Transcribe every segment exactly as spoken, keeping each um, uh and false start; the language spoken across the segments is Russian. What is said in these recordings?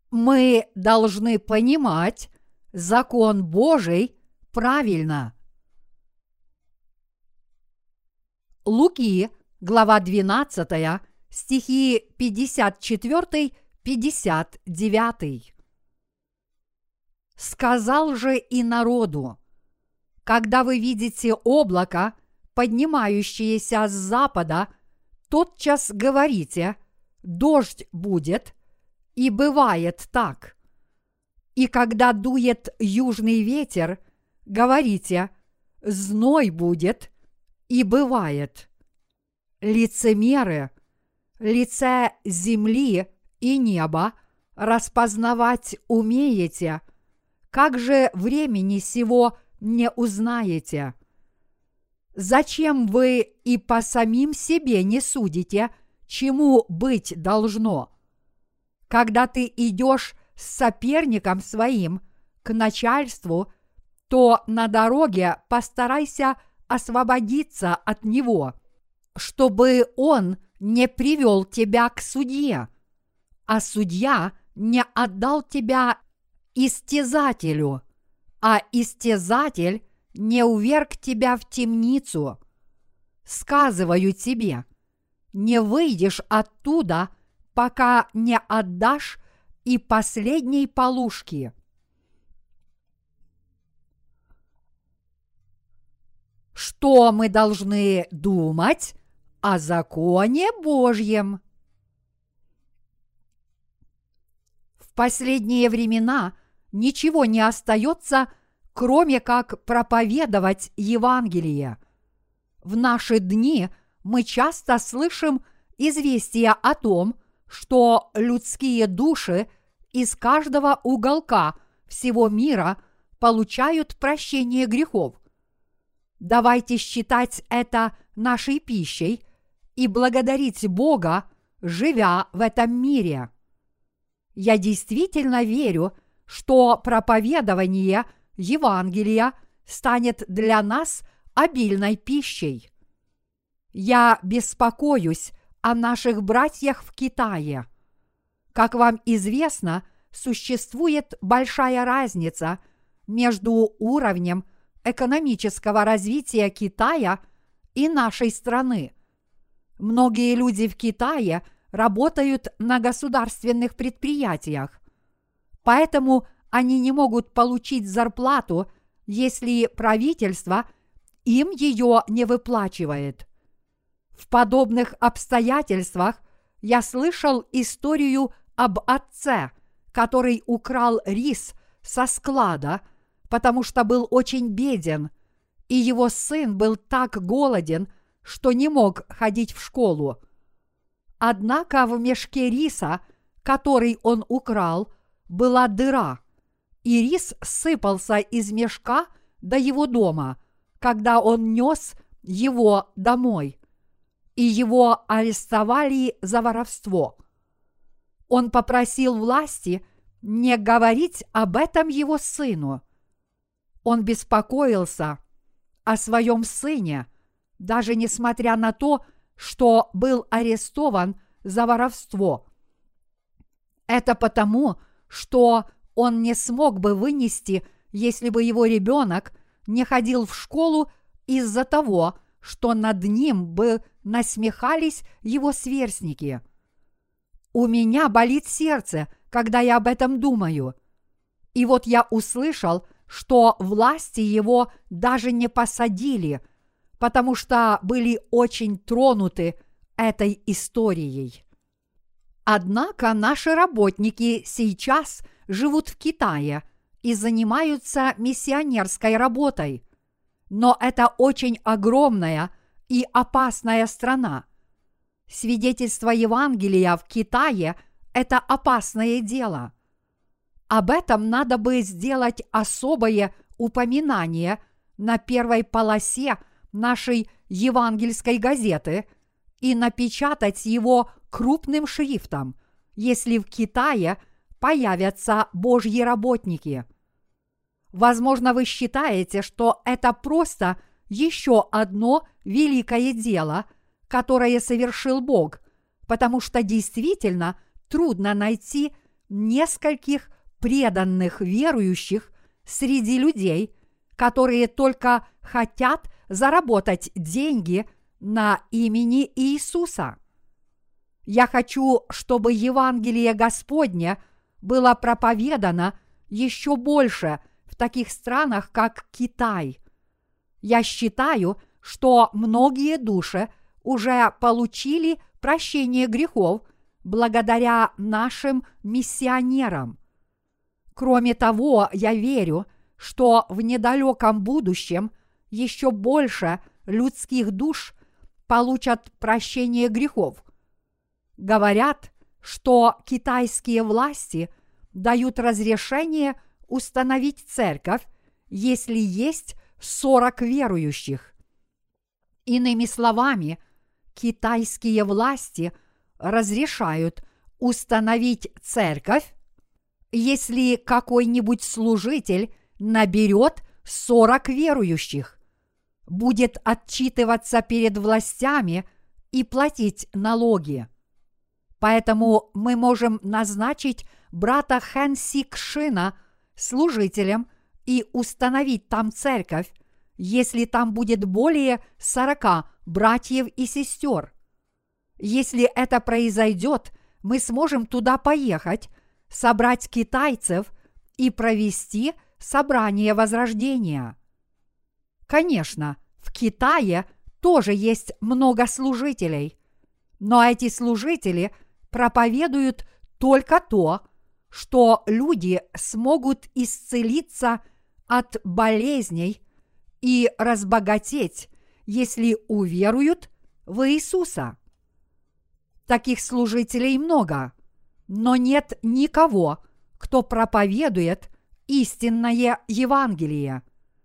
Мы должны понимать закон Божий правильно. Луки, глава двенадцатая, стихи пятьдесят четыре пятьдесят девять. «Сказал же и народу: когда вы видите облако, поднимающееся с запада, тотчас говорите: дождь будет, и бывает так. И когда дует южный ветер, говорите: зной будет, и бывает. Лицемеры, лице земли и неба распознавать умеете, как же времени сего не узнаете? Зачем вы и по самим себе не судите, чему быть должно? Когда ты идешь с соперником своим к начальству, то на дороге постарайся освободиться от него, чтобы он не привел тебя к судье, а судья не отдал тебя истязателю, а истязатель не уверг тебя в темницу. Сказываю тебе, не выйдешь оттуда, пока не отдашь и последней полушки. Что мы должны думать о законе Божьем? В последние времена ничего не остается, кроме как проповедовать Евангелие. В наши дни мы часто слышим известия о том, что людские души из каждого уголка всего мира получают прощение грехов. Давайте считать это нашей пищей и благодарить Бога, живя в этом мире. Я действительно верю, что проповедование Евангелия станет для нас обильной пищей. Я беспокоюсь о наших братьях в Китае. Как вам известно, существует большая разница между уровнем экономического развития Китая и нашей страны. Многие люди в Китае работают на государственных предприятиях, поэтому они не могут получить зарплату, если правительство им ее не выплачивает. В подобных обстоятельствах я слышал историю об отце, который украл рис со склада, потому что был очень беден, и его сын был так голоден, что не мог ходить в школу. Однако в мешке риса, который он украл, была дыра, и рис сыпался из мешка до его дома, когда он нес его домой, и его арестовали за воровство. Он попросил власти не говорить об этом его сыну. Он беспокоился о своем сыне, даже несмотря на то, что был арестован за воровство. Это потому, что он не смог бы вынести, если бы его ребенок не ходил в школу из-за того, что над ним бы насмехались его сверстники. У меня болит сердце, когда я об этом думаю. И вот я услышал, что власти его даже не посадили, потому что были очень тронуты этой историей. Однако наши работники сейчас живут в Китае и занимаются миссионерской работой. Но это очень огромная и опасная страна. Свидетельство Евангелия в Китае – это опасное дело. Об этом надо бы сделать особое упоминание на первой полосе нашей евангельской газеты и напечатать его крупным шрифтом, если в Китае появятся Божьи работники. Возможно, вы считаете, что это просто еще одно великое дело, которое совершил Бог, потому что действительно трудно найти нескольких преданных верующих среди людей, которые только хотят заработать деньги на имени Иисуса. Я хочу, чтобы Евангелие Господне было проповедано еще больше в таких странах, как Китай. Я считаю, что многие души уже получили прощение грехов благодаря нашим миссионерам. Кроме того, я верю, что в недалеком будущем еще больше людских душ получат прощение грехов. Говорят, что китайские власти дают разрешение установить церковь, если есть сорок верующих. Иными словами, китайские власти разрешают установить церковь, если какой-нибудь служитель наберет сорок верующих, будет отчитываться перед властями и платить налоги. Поэтому мы можем назначить брата Хэн Сик Шина служителем и установить там церковь, если там будет более сорока братьев и сестер. Если это произойдет, мы сможем туда поехать, собрать китайцев и провести собрание возрождения. Конечно, в Китае тоже есть много служителей, но эти служители проповедуют только то, что люди смогут исцелиться от болезней и разбогатеть, если уверуют в Иисуса. Таких служителей много, но нет никого, кто проповедует истинное Евангелие.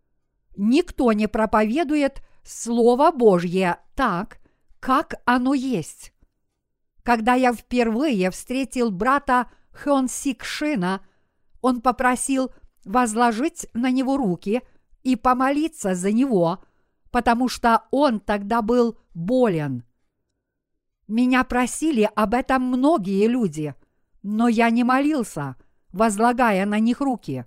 Никто не проповедует Слово Божье так, как оно есть. Когда я впервые встретил брата Хэн Сик Шина, он попросил возложить на него руки и помолиться за него, потому что он тогда был болен. Меня просили об этом многие люди, но я не молился, возлагая на них руки.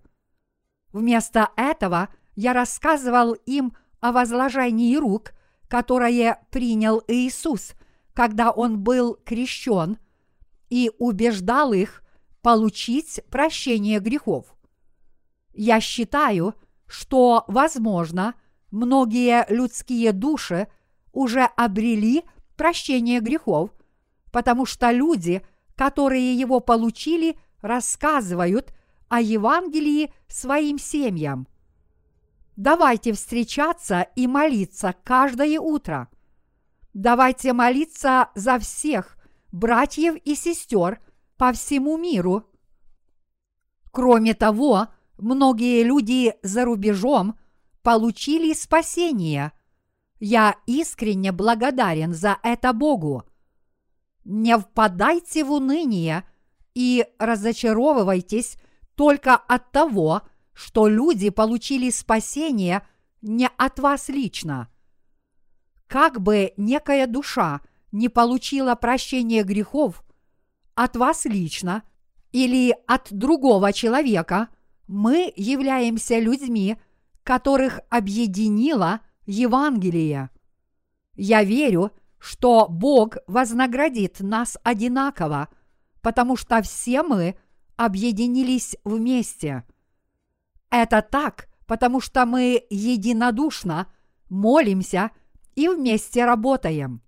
Вместо этого я рассказывал им о возложении рук, которое принял Иисус, когда Он был крещен, и убеждал их получить прощение грехов. Я считаю, что, возможно, многие людские души уже обрели прощение грехов, потому что люди, которые его получили, рассказывают о Евангелии своим семьям. Давайте встречаться и молиться каждое утро. Давайте молиться за всех братьев и сестер по всему миру. Кроме того, многие люди за рубежом получили спасение. Я искренне благодарен за это Богу. Не впадайте в уныние и разочаровывайтесь только от того, что люди получили спасение не от вас лично. Как бы некая душа не получила прощение грехов от вас лично или от другого человека, мы являемся людьми, которых объединило Евангелие. Я верю, что Бог вознаградит нас одинаково, потому что все мы объединились вместе. Это так, потому что мы единодушно молимся и вместе работаем.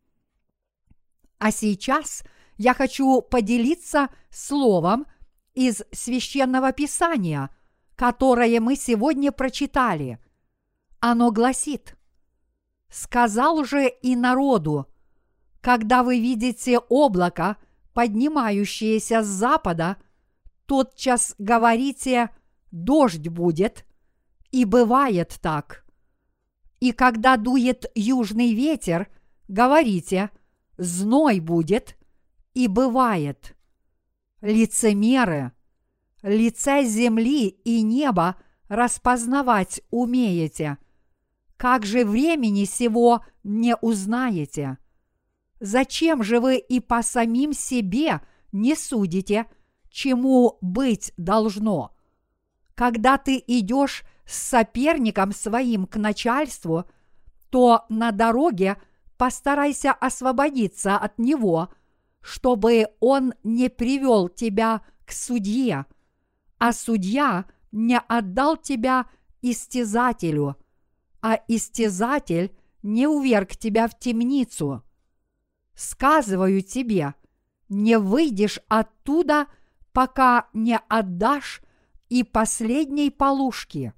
А сейчас я хочу поделиться словом из Священного Писания, которое мы сегодня прочитали. Оно гласит: «Сказал же и народу: когда вы видите облако, поднимающееся с запада, тотчас говорите: дождь будет, и бывает так. И когда дует южный ветер, говорите: зной будет, и бывает. Лицемеры, лице земли и неба распознавать умеете. Как же времени сего не узнаете? Зачем же вы и по самим себе не судите, чему быть должно. Когда ты идешь с соперником своим к начальству, то на дороге постарайся освободиться от него, чтобы он не привел тебя к судье, а судья не отдал тебя истязателю, а истязатель не уверг тебя в темницу. Сказываю тебе, не выйдешь оттуда, пока не отдашь и последней полушки.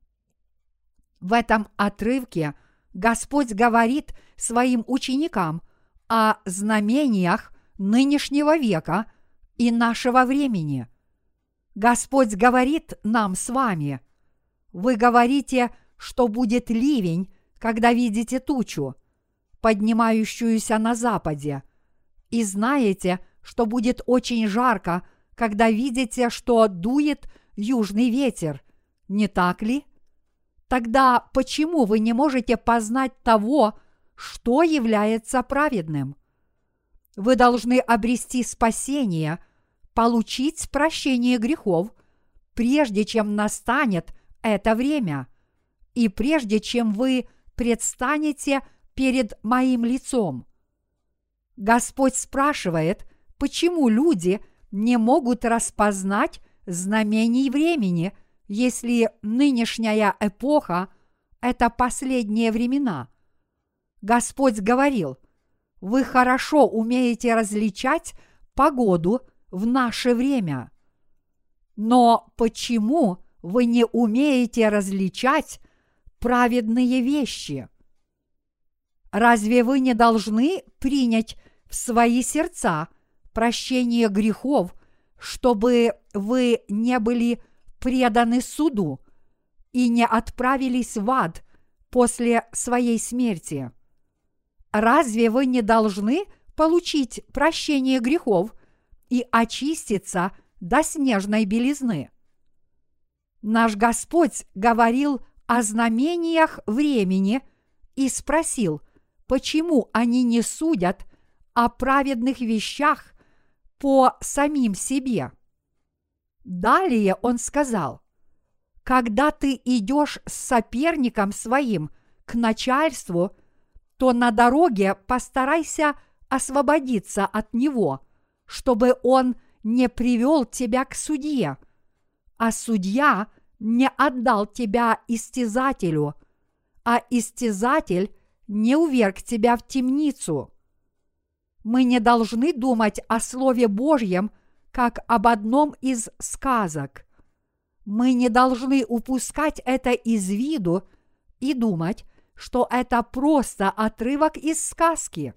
В этом отрывке Господь говорит своим ученикам о знамениях нынешнего века и нашего времени. Господь говорит нам с вами: вы говорите, что будет ливень, когда видите тучу, поднимающуюся на западе, и знаете, что будет очень жарко, когда видите, что дует южный ветер, не так ли? Тогда почему вы не можете познать того, что является праведным? Вы должны обрести спасение, получить прощение грехов, прежде чем настанет это время, и прежде чем вы предстанете перед моим лицом. Господь спрашивает, почему люди не могут распознать знамений времени, если нынешняя эпоха – это последние времена. Господь говорил: вы хорошо умеете различать погоду в наше время. Но почему вы не умеете различать праведные вещи? Разве вы не должны принять в свои сердца прощение грехов, чтобы вы не были преданы суду и не отправились в ад после своей смерти? Разве вы не должны получить прощение грехов и очиститься до снежной белизны? Наш Господь говорил о знамениях времени и спросил, почему они не судят о праведных вещах по самим себе. Далее он сказал: когда ты идешь с соперником своим к начальству, то на дороге постарайся освободиться от него, чтобы он не привел тебя к судье, а судья не отдал тебя истязателю, а истязатель не уверг тебя в темницу. Мы не должны думать о Слове Божьем как об одном из сказок. Мы не должны упускать это из виду и думать, что это просто отрывок из сказки.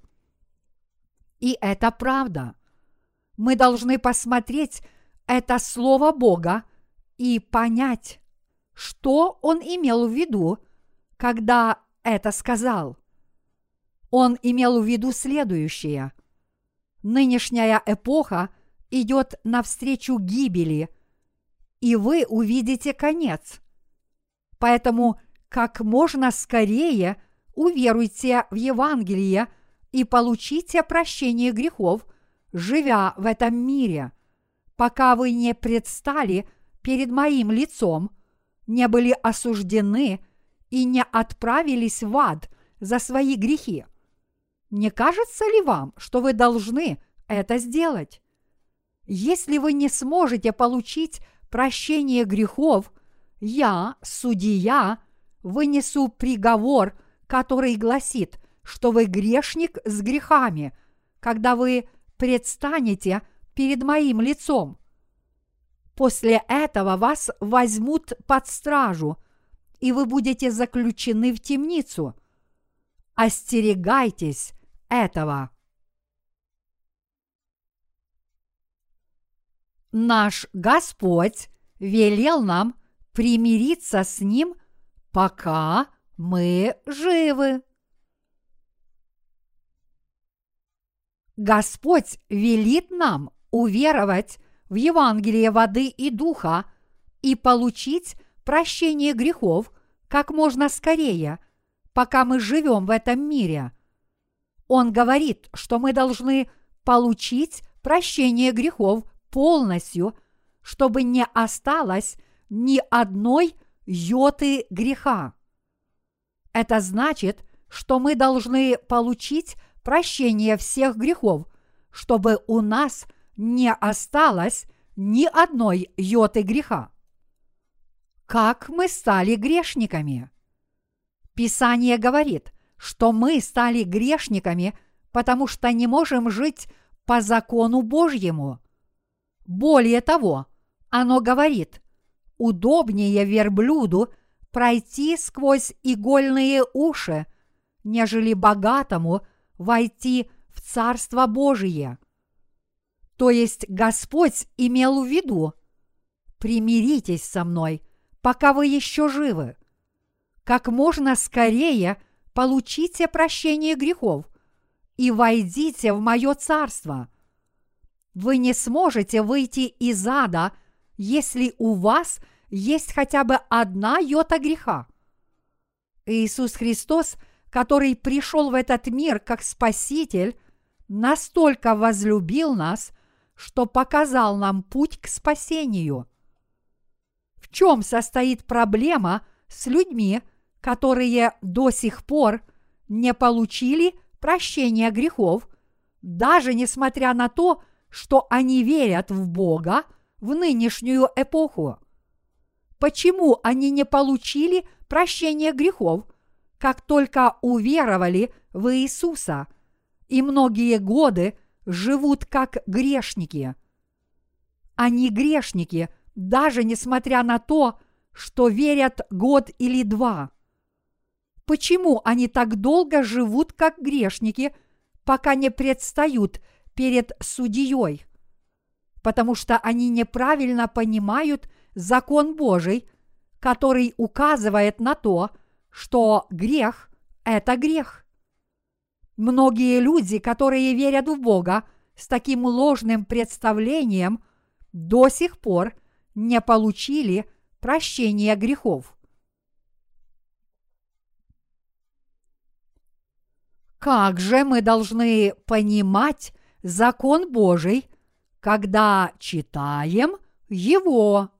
И это правда. Мы должны посмотреть это Слово Бога и понять, что Он имел в виду, когда это сказал. Он имел в виду следующее: нынешняя эпоха идет навстречу гибели, и вы увидите конец. Поэтому как можно скорее уверуйте в Евангелие и получите прощение грехов, живя в этом мире, пока вы не предстали перед моим лицом, не были осуждены и не отправились в ад за свои грехи. Не кажется ли вам, что вы должны это сделать? Если вы не сможете получить прощение грехов, я, судья, вынесу приговор, который гласит, что вы грешник с грехами, когда вы предстанете перед моим лицом. После этого вас возьмут под стражу, и вы будете заключены в темницу. Остерегайтесь этого. Наш Господь велел нам примириться с Ним, пока мы живы. Господь велит нам уверовать в Евангелие воды и духа и получить прощение грехов как можно скорее, пока мы живем в этом мире. Он говорит, что мы должны получить прощение грехов полностью, чтобы не осталось ни одной йоты греха. Это значит, что мы должны получить прощение всех грехов, чтобы у нас не осталось ни одной йоты греха. Как мы стали грешниками? Писание говорит, что мы стали грешниками, потому что не можем жить по закону Божьему. Более того, оно говорит, удобнее верблюду пройти сквозь игольные уши, нежели богатому войти в Царство Божие. То есть Господь имел в виду: примиритесь со мной, пока вы еще живы. Как можно скорее получите прощение грехов и войдите в мое царство. Вы не сможете выйти из ада, если у вас есть хотя бы одна йота греха. Иисус Христос, который пришел в этот мир как Спаситель, настолько возлюбил нас, что показал нам путь к спасению. В чем состоит проблема с людьми, которые до сих пор не получили прощения грехов, даже несмотря на то, что они верят в Бога в нынешнюю эпоху? Почему они не получили прощения грехов, как только уверовали в Иисуса, и многие годы живут как грешники? Они грешники, даже несмотря на то, что верят год или два. Почему они так долго живут как грешники, пока не предстают перед судьей? Потому что они неправильно понимают закон Божий, который указывает на то, что грех – это грех. Многие люди, которые верят в Бога с таким ложным представлением, до сих пор не получили прощения грехов. Как же мы должны понимать закон Божий, когда читаем его?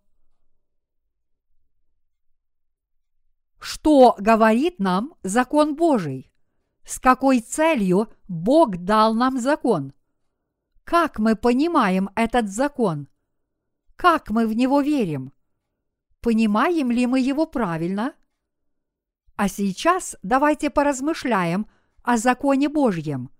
Что говорит нам закон Божий? С какой целью Бог дал нам закон? Как мы понимаем этот закон? Как мы в него верим? Понимаем ли мы его правильно? А сейчас давайте поразмышляем о законе Божьем.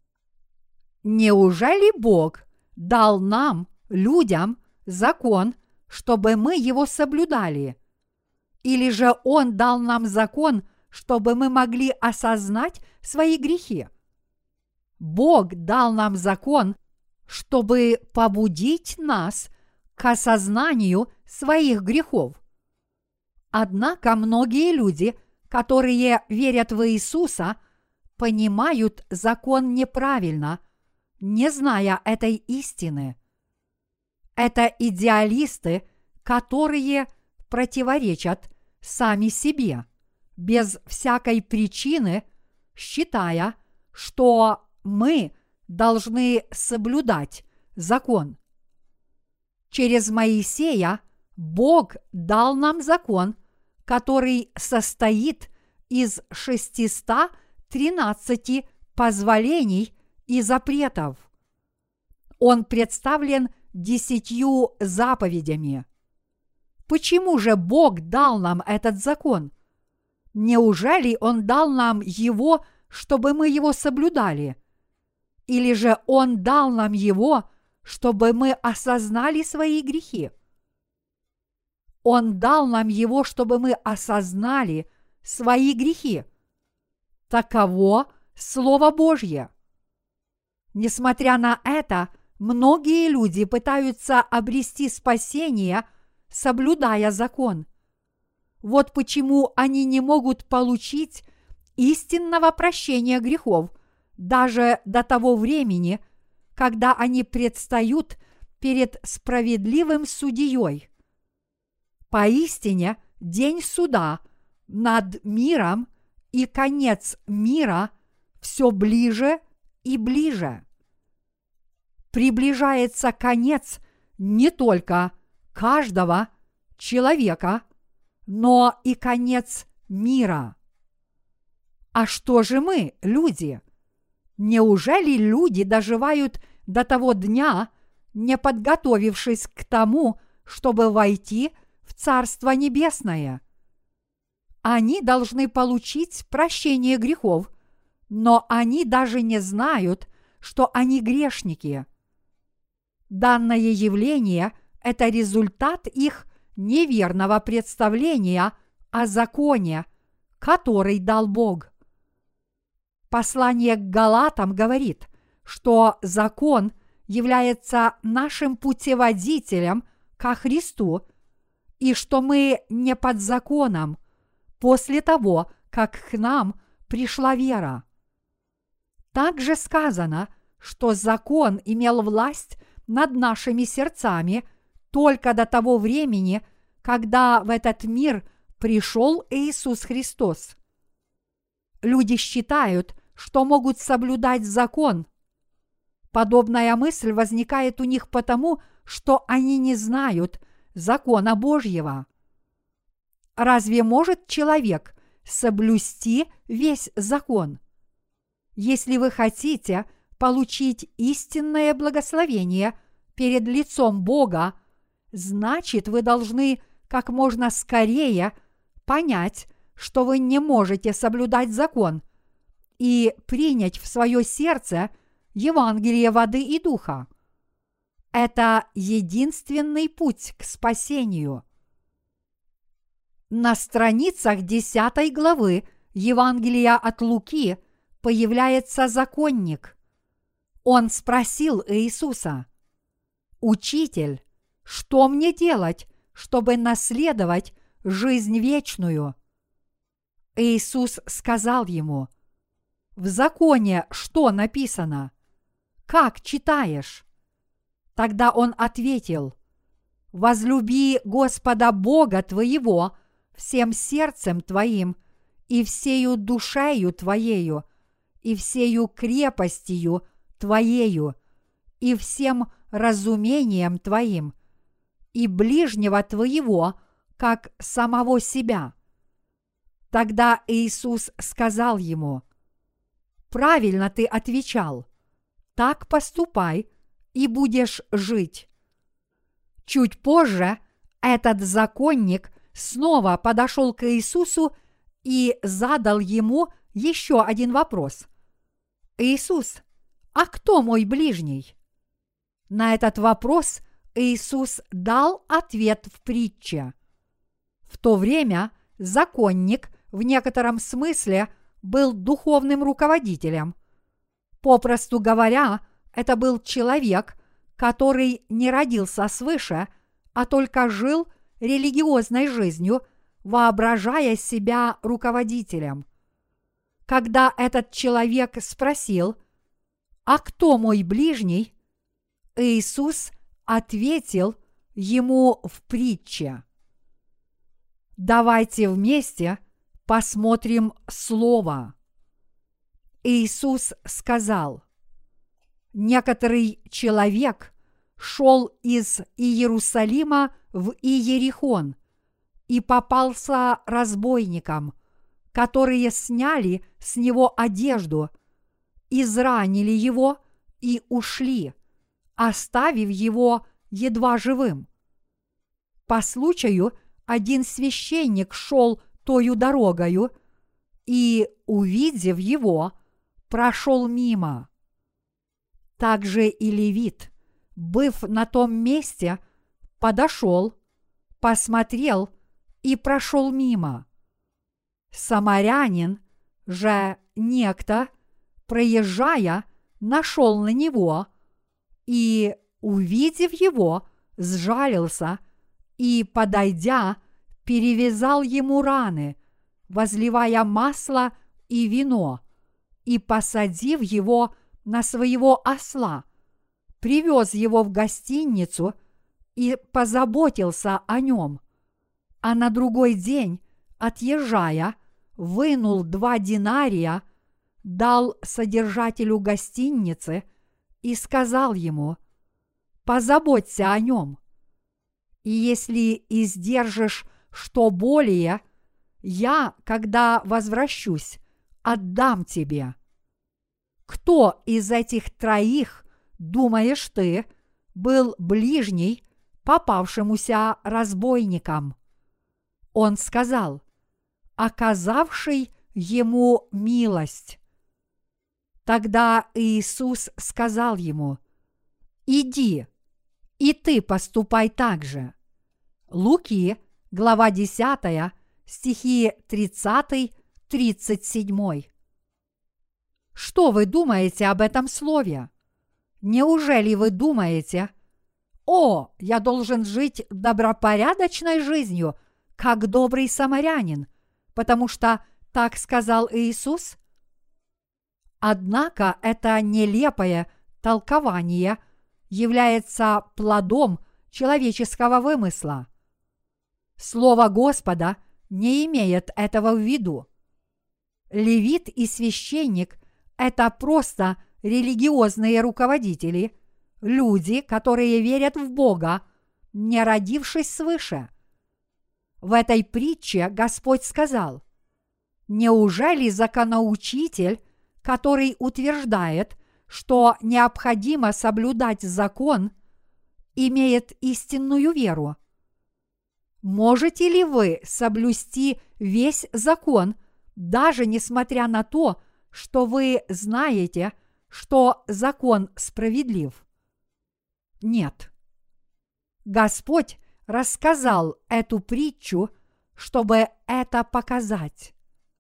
Неужели Бог дал нам, людям, закон, чтобы мы его соблюдали? Или же Он дал нам закон, чтобы мы могли осознать свои грехи? Бог дал нам закон, чтобы побудить нас к осознанию своих грехов. Однако многие люди, которые верят в Иисуса, понимают закон неправильно, не зная этой истины. Это идеалисты, которые противоречат сами себе, без всякой причины, считая, что мы должны соблюдать закон. Через Моисея Бог дал нам закон, который состоит из шестисот тринадцати позволений и запретов. Он представлен десятью заповедями. Почему же Бог дал нам этот закон? Неужели Он дал нам его, чтобы мы его соблюдали? Или же Он дал нам его, чтобы мы осознали свои грехи? Он дал нам его, чтобы мы осознали свои грехи. Таково Слово Божье. Несмотря на это, многие люди пытаются обрести спасение, соблюдая закон. Вот почему они не могут получить истинного прощения грехов даже до того времени, когда они предстают перед справедливым судьей. Поистине, день суда над миром и конец мира все ближе и ближе. Приближается конец не только каждого человека, но и конец мира. А что же мы, люди? Неужели люди доживают до того дня, не подготовившись к тому, чтобы войти в Царство Небесное? Они должны получить прощение грехов, но они даже не знают, что они грешники. Данное явление – это результат их неверного представления о законе, который дал Бог. Послание к Галатам говорит, что закон является нашим путеводителем ко Христу, и что мы не под законом после того, как к нам пришла вера. Также сказано, что закон имел власть над нашими сердцами только до того времени, когда в этот мир пришел Иисус Христос. Люди считают, что могут соблюдать закон. Подобная мысль возникает у них потому, что они не знают закона Божьего. Разве может человек соблюсти весь закон? Если вы хотите получить истинное благословение перед лицом Бога, значит, вы должны как можно скорее понять, что вы не можете соблюдать закон, и принять в свое сердце Евангелие воды и духа. Это единственный путь к спасению. На страницах десятой главы Евангелия от Луки появляется законник. Он спросил Иисуса: «Учитель, что мне делать, чтобы наследовать жизнь вечную?» Иисус сказал ему: «В законе что написано? Как читаешь?» Тогда он ответил: «Возлюби Господа Бога твоего всем сердцем твоим и всею душею твоею и всею крепостью твоею и всем разумением твоим и ближнего твоего, как самого себя». Тогда Иисус сказал ему: «Правильно ты отвечал. Так поступай, и будешь жить». Чуть позже этот законник снова подошел к Иисусу и задал ему еще один вопрос: «Иисус, а кто мой ближний?» На этот вопрос Иисус дал ответ в притче. В то время законник в некотором смысле был духовным руководителем. Попросту говоря, это был человек, который не родился свыше, а только жил религиозной жизнью, воображая себя руководителем. Когда этот человек спросил: «А кто мой ближний?», Иисус ответил ему в притче. Давайте вместе посмотрим Слово. Иисус сказал: «Некоторый человек шел из Иерусалима в Иерихон и попался разбойникам, которые сняли с него одежду, изранили его и ушли, оставив его едва живым. По случаю один священник шел тою дорогою и, увидев его, прошел мимо. Также и левит, быв на том месте, подошел, посмотрел и прошел мимо. Самарянин же некто, проезжая, нашел на него и, увидев его, сжалился и, подойдя, перевязал ему раны, возливая масло и вино, и, посадив его на своего осла, привез его в гостиницу и позаботился о нем. А на другой день, отъезжая, вынул два динария, дал содержателю гостиницы и сказал ему: позаботься о нем. И если издержишь что более, я, когда возвращусь, отдам тебе. Кто из этих троих, думаешь ты, был ближний попавшемуся разбойникам? Он сказал: оказавший ему милость. Тогда Иисус сказал ему: иди, и ты поступай так же. Луки, глава десятая, стихи тридцатый тридцать семь. Что вы думаете об этом слове? Неужели вы думаете: «О, я должен жить добропорядочной жизнью, как добрый самарянин, потому что так сказал Иисус»? Однако это нелепое толкование является плодом человеческого вымысла. Слово Господа не имеет этого в виду. Левит и священник – это просто религиозные руководители, люди, которые верят в Бога, не родившись свыше. В этой притче Господь сказал: неужели законоучитель, который утверждает, что необходимо соблюдать закон, имеет истинную веру? Можете ли вы соблюсти весь закон, даже несмотря на то, что вы знаете, что закон справедлив? Нет. Господь рассказал эту притчу, чтобы это показать.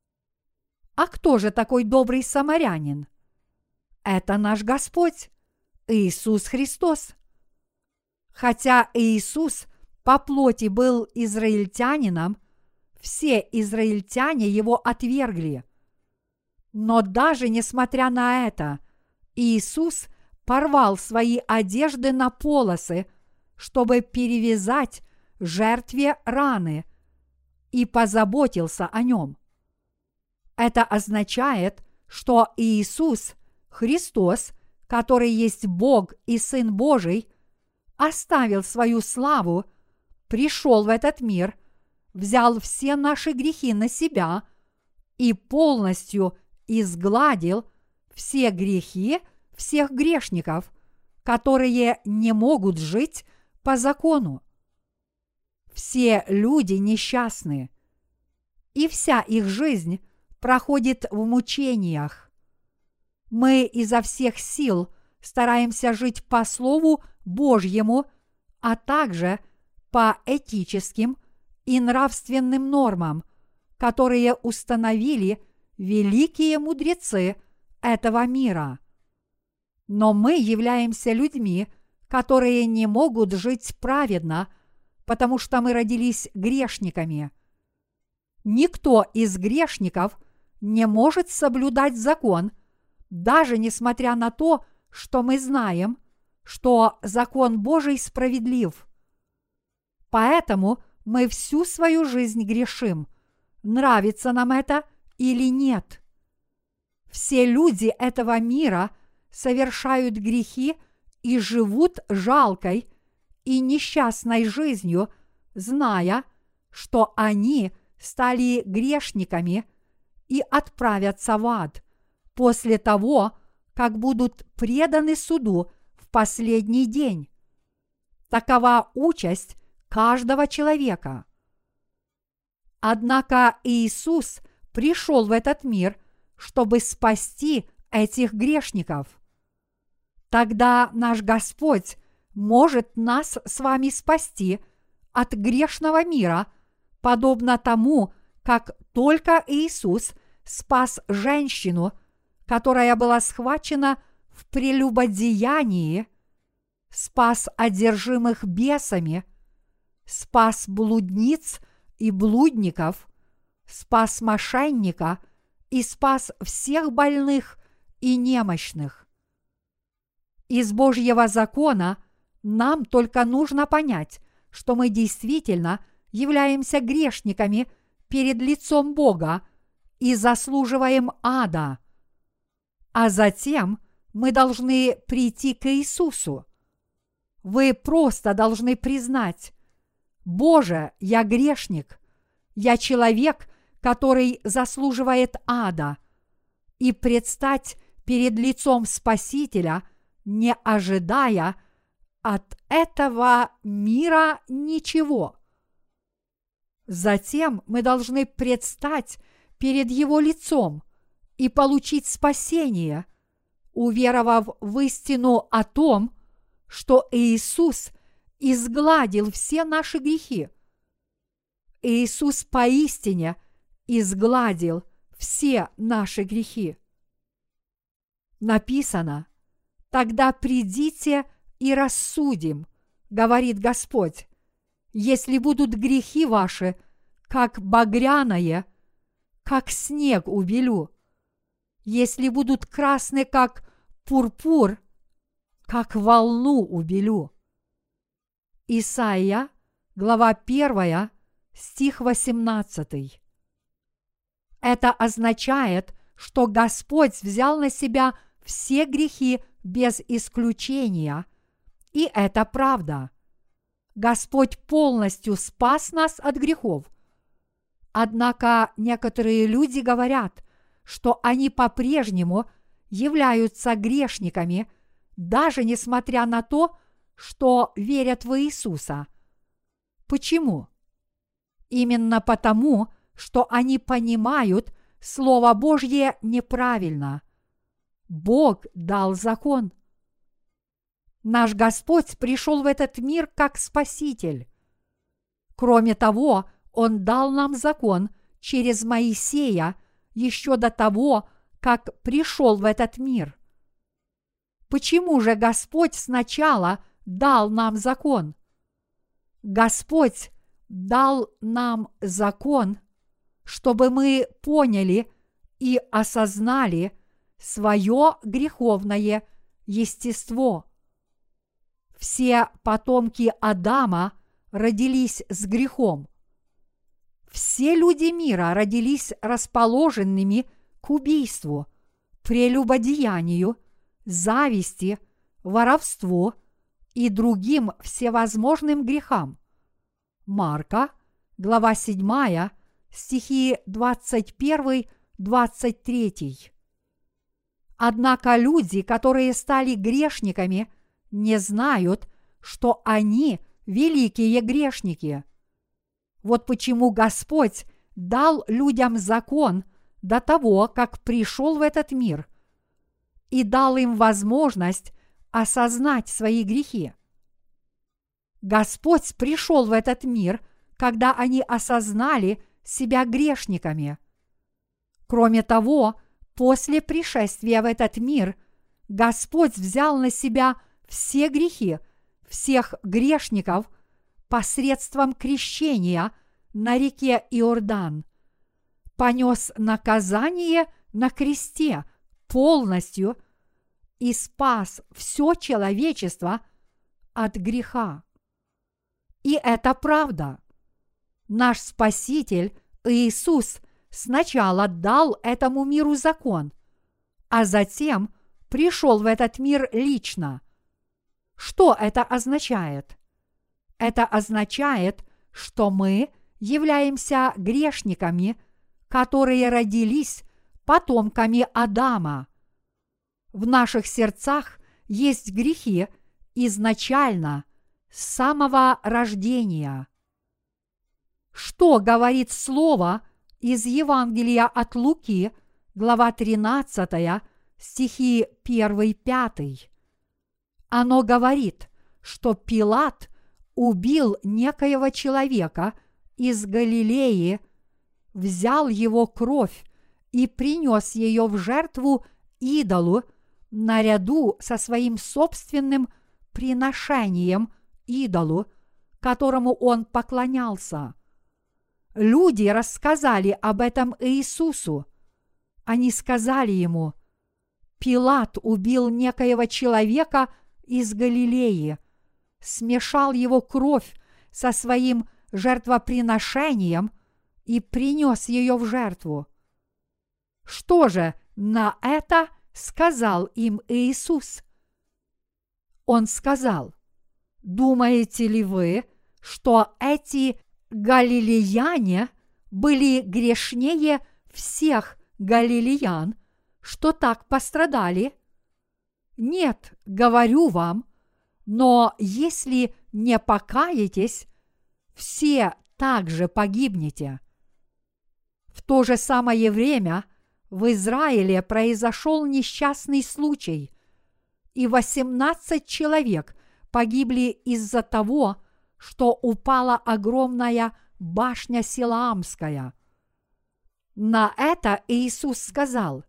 А кто же такой добрый самарянин? Это наш Господь, Иисус Христос. Хотя Иисус по плоти был израильтянином, все израильтяне его отвергли. Но даже несмотря на это, Иисус порвал свои одежды на полосы, чтобы перевязать жертве раны, и позаботился о нем. Это означает, что Иисус, Христос, который есть Бог и Сын Божий, оставил свою славу, пришел в этот мир, взял все наши грехи на себя и полностью изгладил все грехи всех грешников, которые не могут жить по закону. Все люди несчастны, и вся их жизнь проходит в мучениях. Мы изо всех сил стараемся жить по Слову Божьему, а также по этическим и нравственным нормам, которые установили великие мудрецы этого мира. Но мы являемся людьми, которые не могут жить праведно, потому что мы родились грешниками. Никто из грешников не может соблюдать закон, даже несмотря на то, что мы знаем, что закон Божий справедлив. Поэтому мы всю свою жизнь грешим, нравится нам это или нет. Все люди этого мира совершают грехи и живут жалкой и несчастной жизнью, зная, что они стали грешниками и отправятся в ад после того, как будут преданы суду в последний день. Такова участь каждого человека. Однако Иисус пришел в этот мир, чтобы спасти этих грешников. Тогда наш Господь может нас с вами спасти от грешного мира, подобно тому, как только Иисус спас женщину, которая была схвачена в прелюбодеянии, спас одержимых бесами, спас блудниц и блудников, спас мошенника и спас всех больных и немощных. Из Божьего закона нам только нужно понять, что мы действительно являемся грешниками перед лицом Бога и заслуживаем ада. А затем мы должны прийти к Иисусу. вы просто должны признать: «Боже, я грешник, я человек, который заслуживает ада», и предстать перед лицом Спасителя, не ожидая от этого мира ничего. Затем мы должны предстать перед Его лицом и получить спасение, уверовав в истину о том, что Иисус изгладил все наши грехи. Иисус поистине изгладил все наши грехи. Написано: «Тогда придите и рассудим, говорит Господь, если будут грехи ваши, как багряное, как снег убелю, если будут красны, как пурпур, как волну убелю». Исайя, глава первая, стих восемнадцатый. Это означает, что Господь взял на себя все грехи без исключения, и это правда. Господь полностью спас нас от грехов. Однако некоторые люди говорят, что они по-прежнему являются грешниками, даже несмотря на то, что верят в Иисуса. Почему? Именно потому, что они понимают Слово Божье неправильно. Бог дал закон. Наш Господь пришел в этот мир как Спаситель. Кроме того, Он дал нам закон через Моисея еще до того, как пришел в этот мир. Почему же Господь сначала дал нам закон? Господь дал нам закон, чтобы мы поняли и осознали свое греховное естество. Все потомки Адама родились с грехом. Все люди мира родились расположенными к убийству, прелюбодеянию, зависти, воровству и другим всевозможным грехам. Марка, глава седьмая, стихи двадцать первый - двадцать третий. Однако люди, которые стали грешниками, не знают, что они великие грешники. Вот почему Господь дал людям закон до того, как пришел в этот мир, и дал им возможность осознать свои грехи. Господь пришел в этот мир, когда они осознали себя грешниками. Кроме того, после пришествия в этот мир Господь взял на себя все грехи всех грешников посредством крещения на реке Иордан, понес наказание на кресте полностью и спас все человечество от греха. И это правда. Наш Спаситель Иисус сначала дал этому миру закон, а затем пришел в этот мир лично. Что это означает? Это означает, что мы являемся грешниками, которые родились потомками Адама. В наших сердцах есть грехи изначально, с самого рождения. Что говорит Слово из Евангелия от Луки, глава тринадцатая, стихи один-пять? Оно говорит, что Пилат убил некоего человека из Галилеи, взял его кровь и принес ее в жертву идолу наряду со своим собственным приношением идолу, которому он поклонялся. Люди рассказали об этом Иисусу. Они сказали ему: «Пилат убил некоего человека из Галилеи, смешал его кровь со своим жертвоприношением и принес ее в жертву». Что же на это сказал им Иисус? Он сказал: Думаете ли вы, что эти галилеяне были грешнее всех галилеян, что так пострадали? Нет, говорю вам, но если не покаетесь, все также погибнете. В то же самое время в Израиле произошел несчастный случай, и восемнадцать человек погибли из-за того, что упала огромная башня Силаамская. На это Иисус сказал: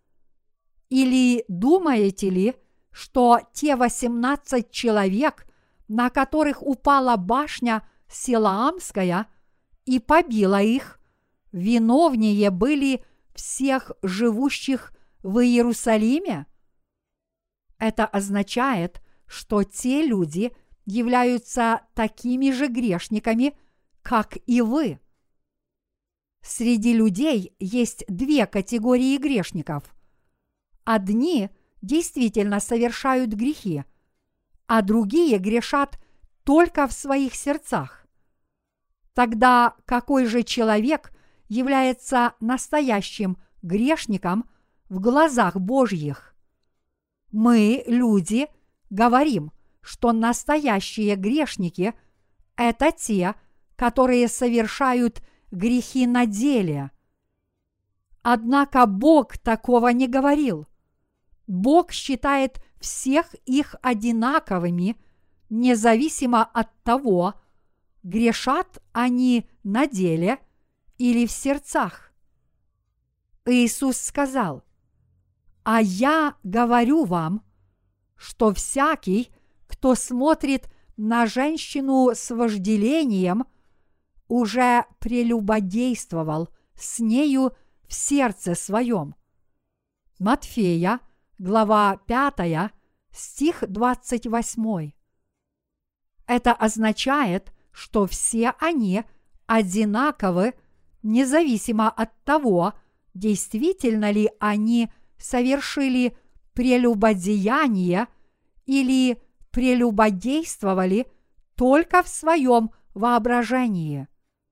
«Или думаете ли, что те восемнадцать человек, на которых упала башня Силаамская и побила их, виновнее были всех живущих в Иерусалиме?» Это означает, что те люди являются такими же грешниками, как и вы. Среди людей есть две категории грешников. Одни действительно совершают грехи, а другие грешат только в своих сердцах. Тогда какой же человек является настоящим грешником в глазах Божьих? Мы, люди, говорим, что настоящие грешники – это те, которые совершают грехи на деле. Однако Бог такого не говорил. Бог считает всех их одинаковыми, независимо от того, грешат они на деле или в сердцах. Иисус сказал: «А я говорю вам, что всякий, кто смотрит на женщину с вожделением, уже прелюбодействовал с нею в сердце своем». Матфея, глава пятая, стих двадцать восемь. Это означает, что все они одинаковы, независимо от того, действительно ли они совершили прелюбодеяние или прелюбодействовали только в своем воображении.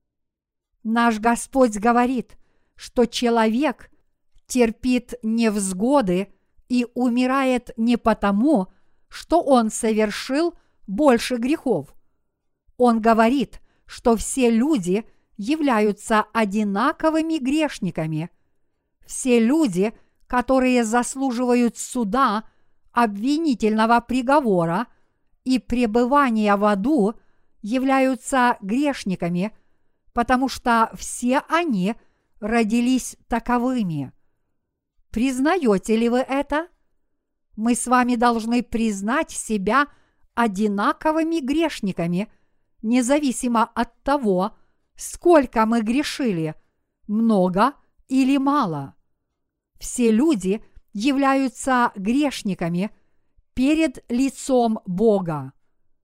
Наш Господь говорит, что человек терпит невзгоды и умирает не потому, что он совершил больше грехов. Он говорит, что все люди являются одинаковыми грешниками. Все люди, которые заслуживают суда, обвинительного приговора и пребывания в аду, являются грешниками, потому что все они родились таковыми. Признаете ли вы это? Мы с вами должны признать себя одинаковыми грешниками, независимо от того, сколько мы грешили, много или мало. Все люди являются грешниками перед лицом Бога.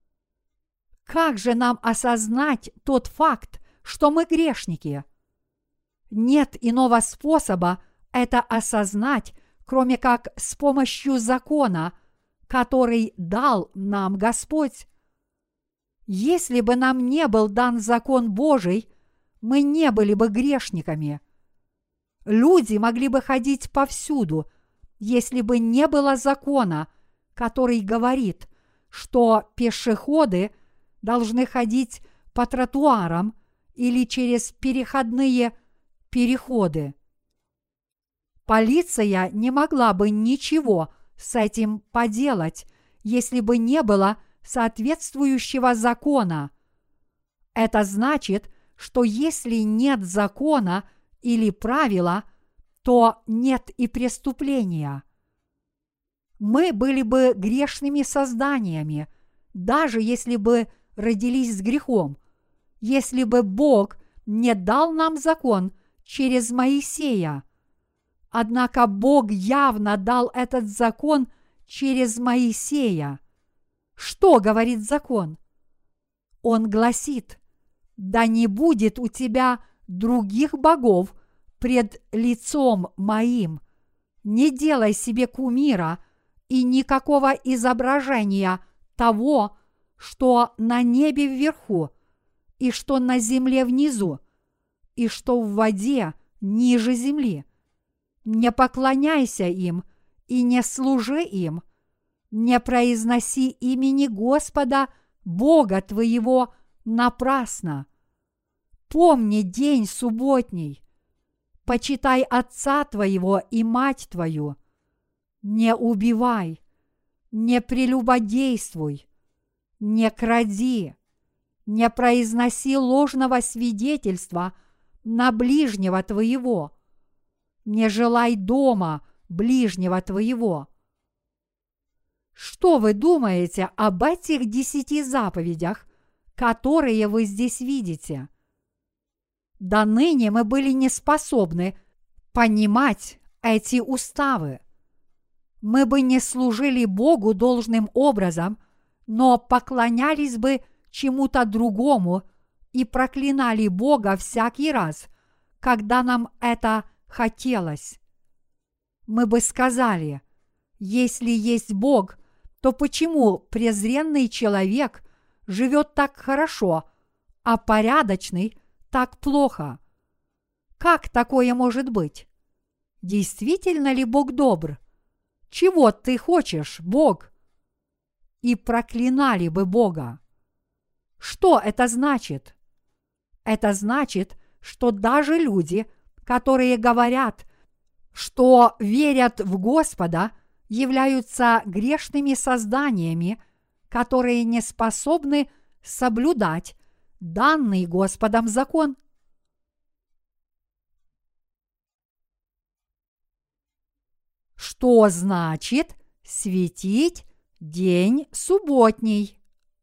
Как же нам осознать тот факт, что мы грешники? Нет иного способа это осознать, кроме как с помощью закона, который дал нам Господь. Если бы нам не был дан закон Божий, мы не были бы грешниками. Люди могли бы ходить повсюду, если бы не было закона, который говорит, что пешеходы должны ходить по тротуарам или через переходные переходы. Полиция не могла бы ничего с этим поделать, если бы не было соответствующего закона. Это значит, что если нет закона или правила, то нет и преступления. Мы были бы грешными созданиями, даже если бы родились с грехом, если бы Бог не дал нам закон через Моисея. Однако Бог явно дал этот закон через Моисея. Что говорит закон? Он гласит: «Да не будет у тебя других богов пред лицом моим, не делай себе кумира и никакого изображения того, что на небе вверху, и что на земле внизу, и что в воде ниже земли. Не поклоняйся им и не служи им, не произноси имени Господа Бога твоего напрасно. Помни день субботний, почитай отца твоего и мать твою, не убивай, не прелюбодействуй, не кради, не произноси ложного свидетельства на ближнего твоего, не желай дома ближнего твоего. Что вы думаете об этих десяти заповедях, которые вы здесь видите? До ныне мы были не способны понимать эти уставы. Мы бы не служили Богу должным образом, но поклонялись бы чему-то другому и проклинали Бога всякий раз, когда нам это хотелось. Мы бы сказали: если есть Бог, то почему презренный человек живет так хорошо, а порядочный так плохо? Как такое может быть? Действительно ли Бог добр? Чего ты хочешь, Бог? И проклинали бы Бога. Что это значит? Это значит, что даже люди, которые говорят, что верят в Господа, являются грешными созданиями, которые не способны соблюдать данный Господом закон. Что значит светить день субботний?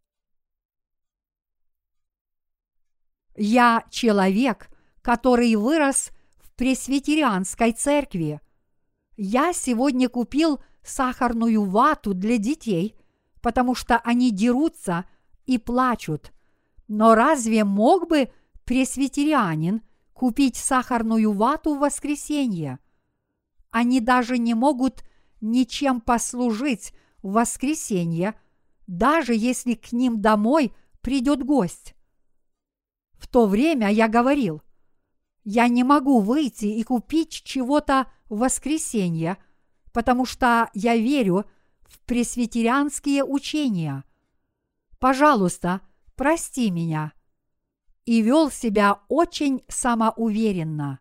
Я человек, который вырос в пресвитерианской церкви. Я сегодня купил сахарную вату для детей, потому что они дерутся и плачут. Но разве мог бы пресвитерианин купить сахарную вату в воскресенье? Они даже не могут ничем послужить в воскресенье, даже если к ним домой придет гость. В то время я говорил: я не могу выйти и купить чего-то в воскресенье, потому что я верю в пресвитерианские учения. Пожалуйста, прости меня. И вел себя очень самоуверенно.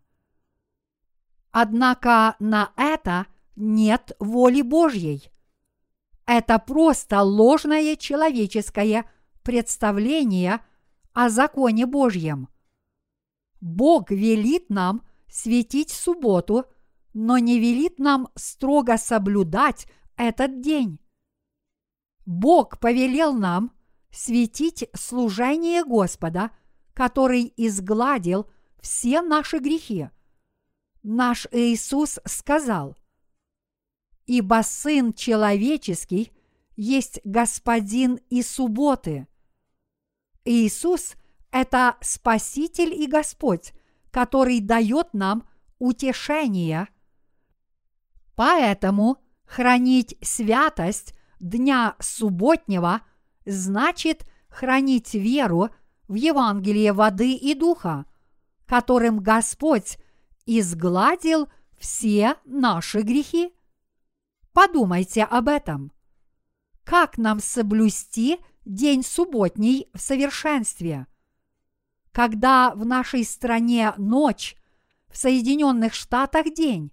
Однако на это нет воли Божьей. Это просто ложное человеческое представление о законе Божьем. Бог велит нам светить субботу, но не велит нам строго соблюдать этот день. Бог повелел нам светить служение Господа, который изгладил все наши грехи. Наш Иисус сказал: «Ибо Сын Человеческий есть Господин и субботы». Иисус – это Спаситель и Господь, который дает нам утешение. Поэтому хранить святость дня субботнего значит хранить веру в Евангелие воды и духа, которым Господь изгладил все наши грехи. Подумайте об этом. Как нам соблюсти день субботний в совершенстве? Когда в нашей стране ночь, в Соединенных Штатах день.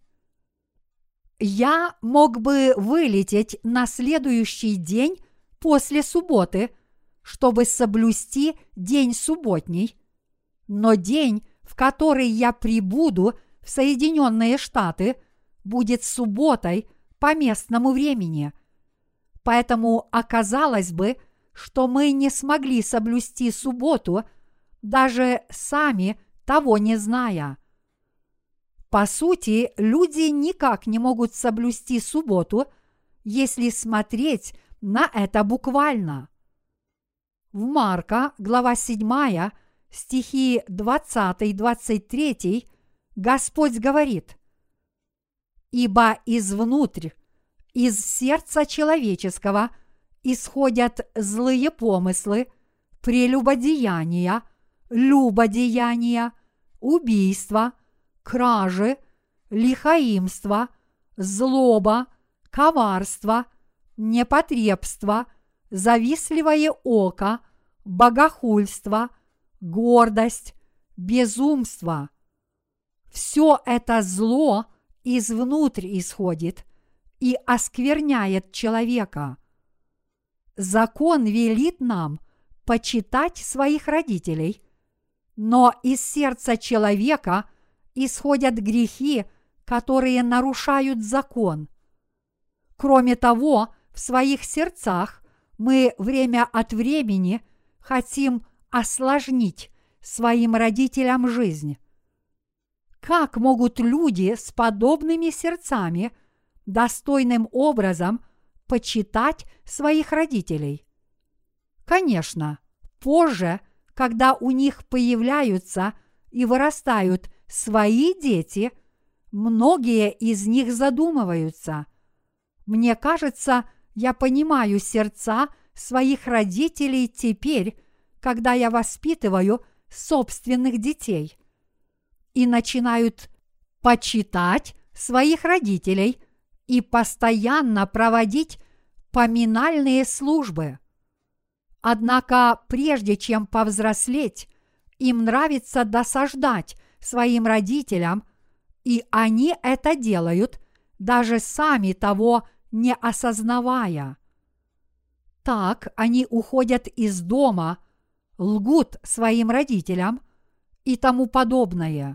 Я мог бы вылететь на следующий день после субботы, чтобы соблюсти день субботний, но день, в который я прибуду в Соединенные Штаты, будет субботой по местному времени. Поэтому оказалось бы, что мы не смогли соблюсти субботу, даже сами того не зная. По сути, люди никак не могут соблюсти субботу, если смотреть на это буквально. В Марка, глава седьмая, стихи двадцать-двадцать три, Господь говорит: «Ибо извнутрь, из сердца человеческого исходят злые помыслы, прелюбодеяния, любодеяния, убийства, кражи, лихаимство, злоба, коварство, непотребство, завистливое око, богохульство, гордость, безумство. Все это зло извнутрь исходит и оскверняет человека. Закон велит нам почитать своих родителей, но из сердца человека исходят грехи, которые нарушают закон. Кроме того, в своих сердцах мы время от времени хотим осложнить своим родителям жизнь. Как могут люди с подобными сердцами достойным образом почитать своих родителей? Конечно, позже, когда у них появляются и вырастают свои дети, многие из них задумываются. Мне кажется, я понимаю сердца своих родителей теперь, когда я воспитываю собственных детей, и начинают почитать своих родителей и постоянно проводить поминальные службы. Однако, прежде чем повзрослеть, им нравится досаждать своим родителям, и они это делают, даже сами того не осознавая. Так они уходят из дома, лгут своим родителям и тому подобное.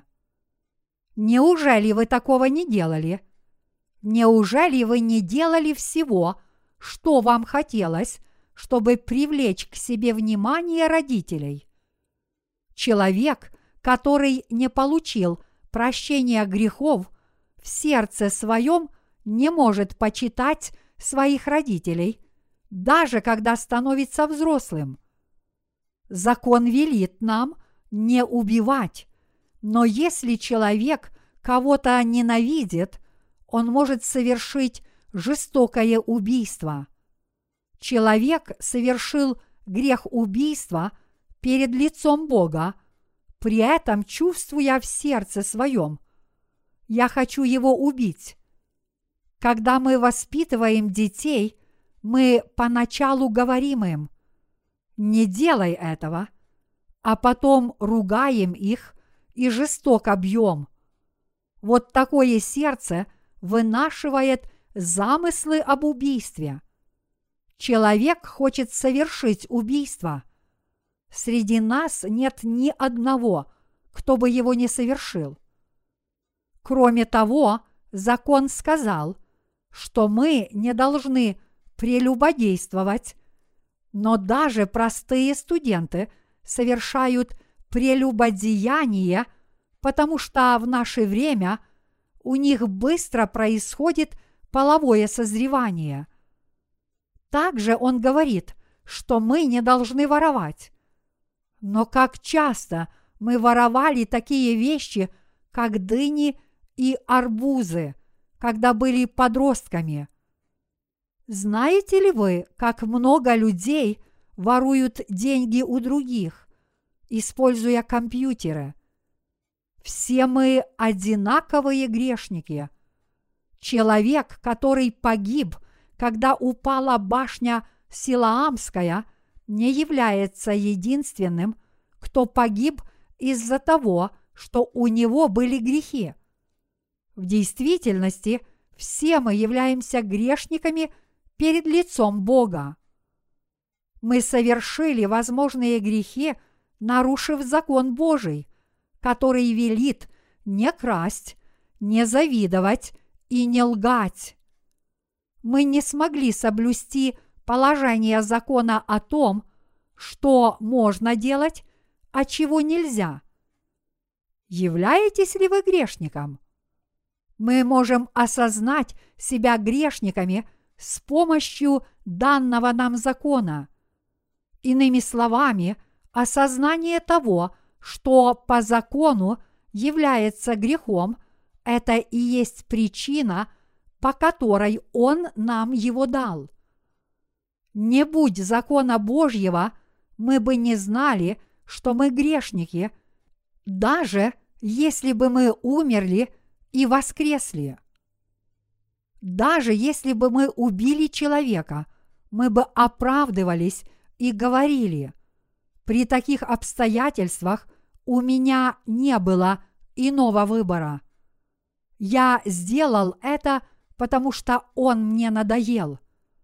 Неужели вы такого не делали? Неужели вы не делали всего, что вам хотелось, чтобы привлечь к себе внимание родителей? Человек, который не получил прощения грехов, в сердце своем не может почитать своих родителей, даже когда становится взрослым. Закон велит нам не убивать, но если человек кого-то ненавидит, он может совершить жестокое убийство. Человек совершил грех убийства перед лицом Бога, при этом чувствуя в сердце своем: «Я хочу его убить». Когда мы воспитываем детей, мы поначалу говорим им: «Не делай этого», а потом ругаем их и жестоко бьем. Вот такое сердце вынашивает замыслы об убийстве. Человек хочет совершить убийство. Среди нас нет ни одного, кто бы его не совершил. Кроме того, закон сказал, что мы не должны прелюбодействовать, но даже простые студенты совершают прелюбодеяние, потому что в наше время у них быстро происходит половое созревание. Также он говорит, что мы не должны воровать. Но как часто мы воровали такие вещи, как дыни и арбузы, когда были подростками. Знаете ли вы, как много людей воруют деньги у других, используя компьютеры? Все мы одинаковые грешники. Человек, который погиб, когда упала башня Силаамская, не является единственным, кто погиб из-за того, что у него были грехи. В действительности, все мы являемся грешниками перед лицом Бога. Мы совершили возможные грехи, нарушив закон Божий, который велит не красть, не завидовать и не лгать. Мы не смогли соблюсти положение закона о том, что можно делать, а чего нельзя. Являетесь ли вы грешником? Мы можем осознать себя грешниками с помощью данного нам закона. Иными словами, осознание того, что по закону является грехом, это и есть причина, по которой Он нам его дал. Не будь закона Божьего, мы бы не знали, что мы грешники, даже если бы мы умерли и воскресли. Даже если бы мы убили человека, мы бы оправдывались и говорили: при таких обстоятельствах у меня не было иного выбора. Я сделал это, потому что он мне надоел.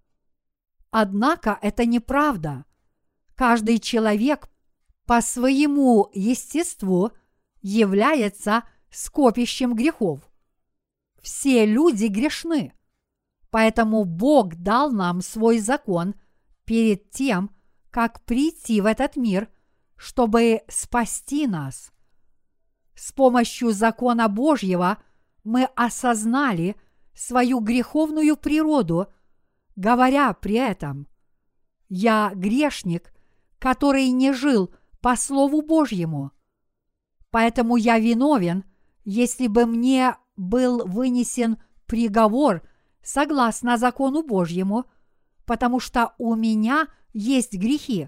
Однако это неправда. Каждый человек по своему естеству является скопищем грехов. Все люди грешны, поэтому Бог дал нам свой закон перед тем, как прийти в этот мир, чтобы спасти нас. С помощью закона Божьего мы осознали свою греховную природу, говоря при этом: «Я грешник, который не жил по Слову Божьему. Поэтому я виновен, если бы мне был вынесен приговор согласно закону Божьему, потому что у меня есть грехи».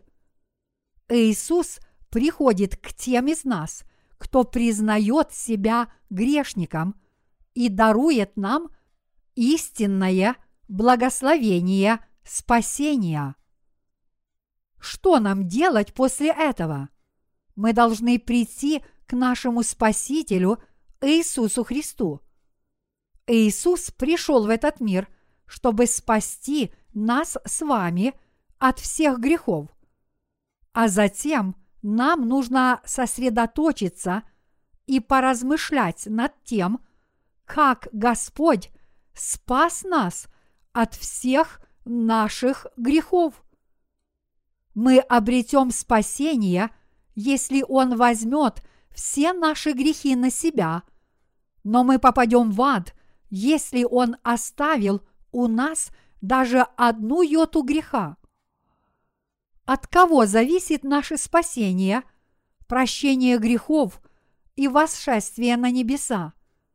Иисус приходит к тем из нас, кто признает себя грешником, и дарует нам истинное благословение спасения. Что нам делать после этого? Мы должны прийти к нашему Спасителю Иисусу Христу. Иисус пришел в этот мир, чтобы спасти нас с вами от всех грехов. А затем нам нужно сосредоточиться и поразмышлять над тем, как Господь спас нас от всех наших грехов. Мы обретем спасение, если Он возьмет все наши грехи на себя, но мы попадем в ад, если Он оставил у нас даже одну йоту греха. От кого зависит наше спасение, прощение грехов и восшествие на небеса?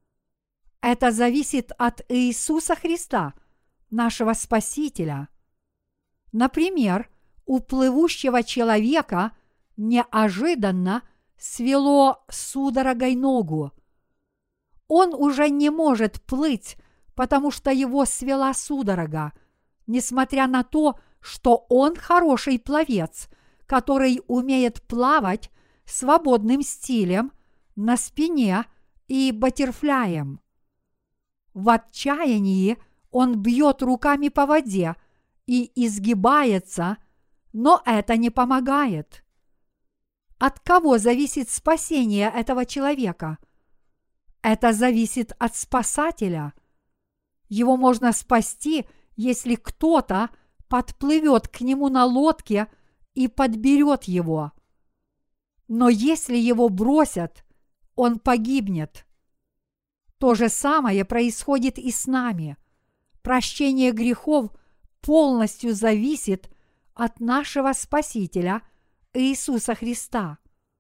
Это зависит от Иисуса Христа, нашего Спасителя. Например, у плывущего человека неожиданно свело судорогой ногу. Он уже не может плыть, потому что его свела судорога, несмотря на то, что он хороший пловец, который умеет плавать свободным стилем на спине и баттерфляем. В отчаянии он бьет руками по воде и изгибается, но это не помогает. От кого зависит спасение этого человека? Это зависит от Спасателя. Его можно спасти, если кто-то подплывет к нему на лодке и подберет его. Но если его бросят, он погибнет. То же самое происходит и с нами. Прощение грехов полностью зависит от нашего Спасителя Иисуса Христа.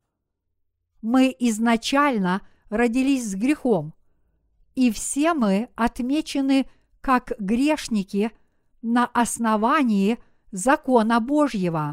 Мы изначально родились с грехом, и все мы отмечены как грешники на основании закона Божьего.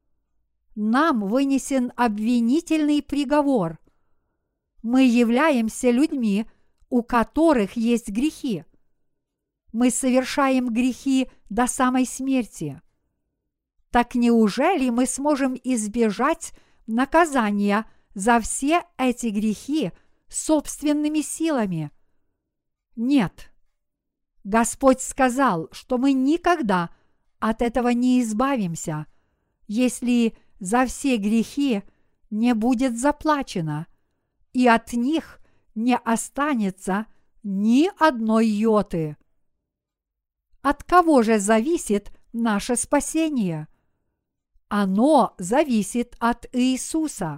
Нам вынесен обвинительный приговор. Мы являемся людьми, у которых есть грехи. Мы совершаем грехи до самой смерти. Так неужели мы сможем избежать наказания за все эти грехи собственными силами? Нет. Господь сказал, что мы никогда от этого не избавимся, если за все грехи не будет заплачено, и от них не останется ни одной йоты. От кого же зависит наше спасение? Оно зависит от Иисуса.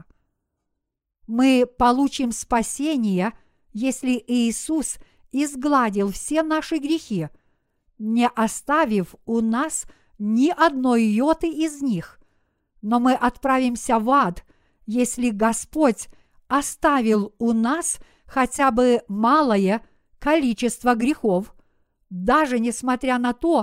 Мы получим спасение, если Иисус изгладил все наши грехи, не оставив у нас ни одной йоты из них. Но мы отправимся в ад, если Господь оставил у нас хотя бы малое количество грехов, даже несмотря на то,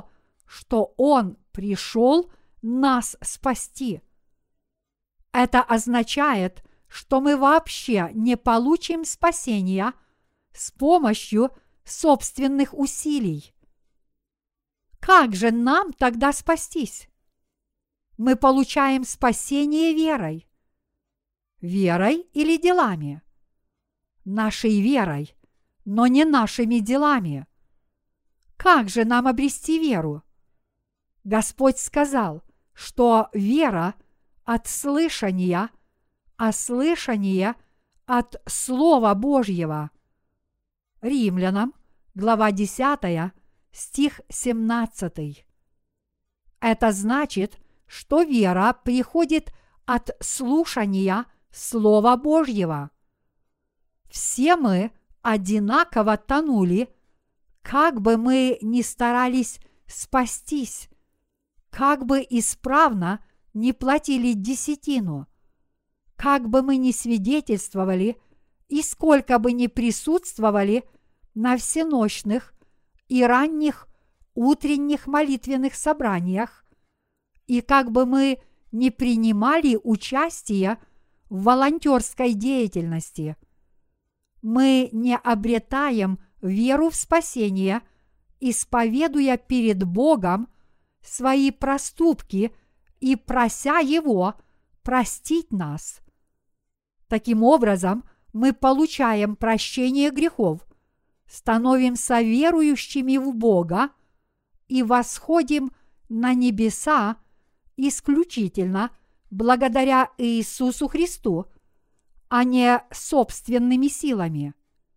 что Он пришел нас спасти. Это означает, что мы вообще не получим спасения с помощью собственных усилий. Как же нам тогда спастись? Мы получаем спасение верой. Верой или делами? Нашей верой, но не нашими делами. Как же нам обрести веру? Господь сказал, что вера от слышания, а слышание от Слова Божьего. Римлянам, глава десятая, стих семнадцатый. Это значит, что вера приходит от слушания Слова Божьего. Все мы одинаково тонули, как бы мы ни старались спастись, как бы исправно не платили десятину, как бы мы ни свидетельствовали и сколько бы ни присутствовали на всенощных и ранних утренних молитвенных собраниях, и как бы мы не принимали участие в волонтерской деятельности, мы не обретаем веру в спасение, исповедуя перед Богом свои проступки и прося Его простить нас. Таким образом, мы получаем прощение грехов, становимся верующими в Бога и восходим на небеса исключительно благодаря Иисусу Христу, а не собственными силами.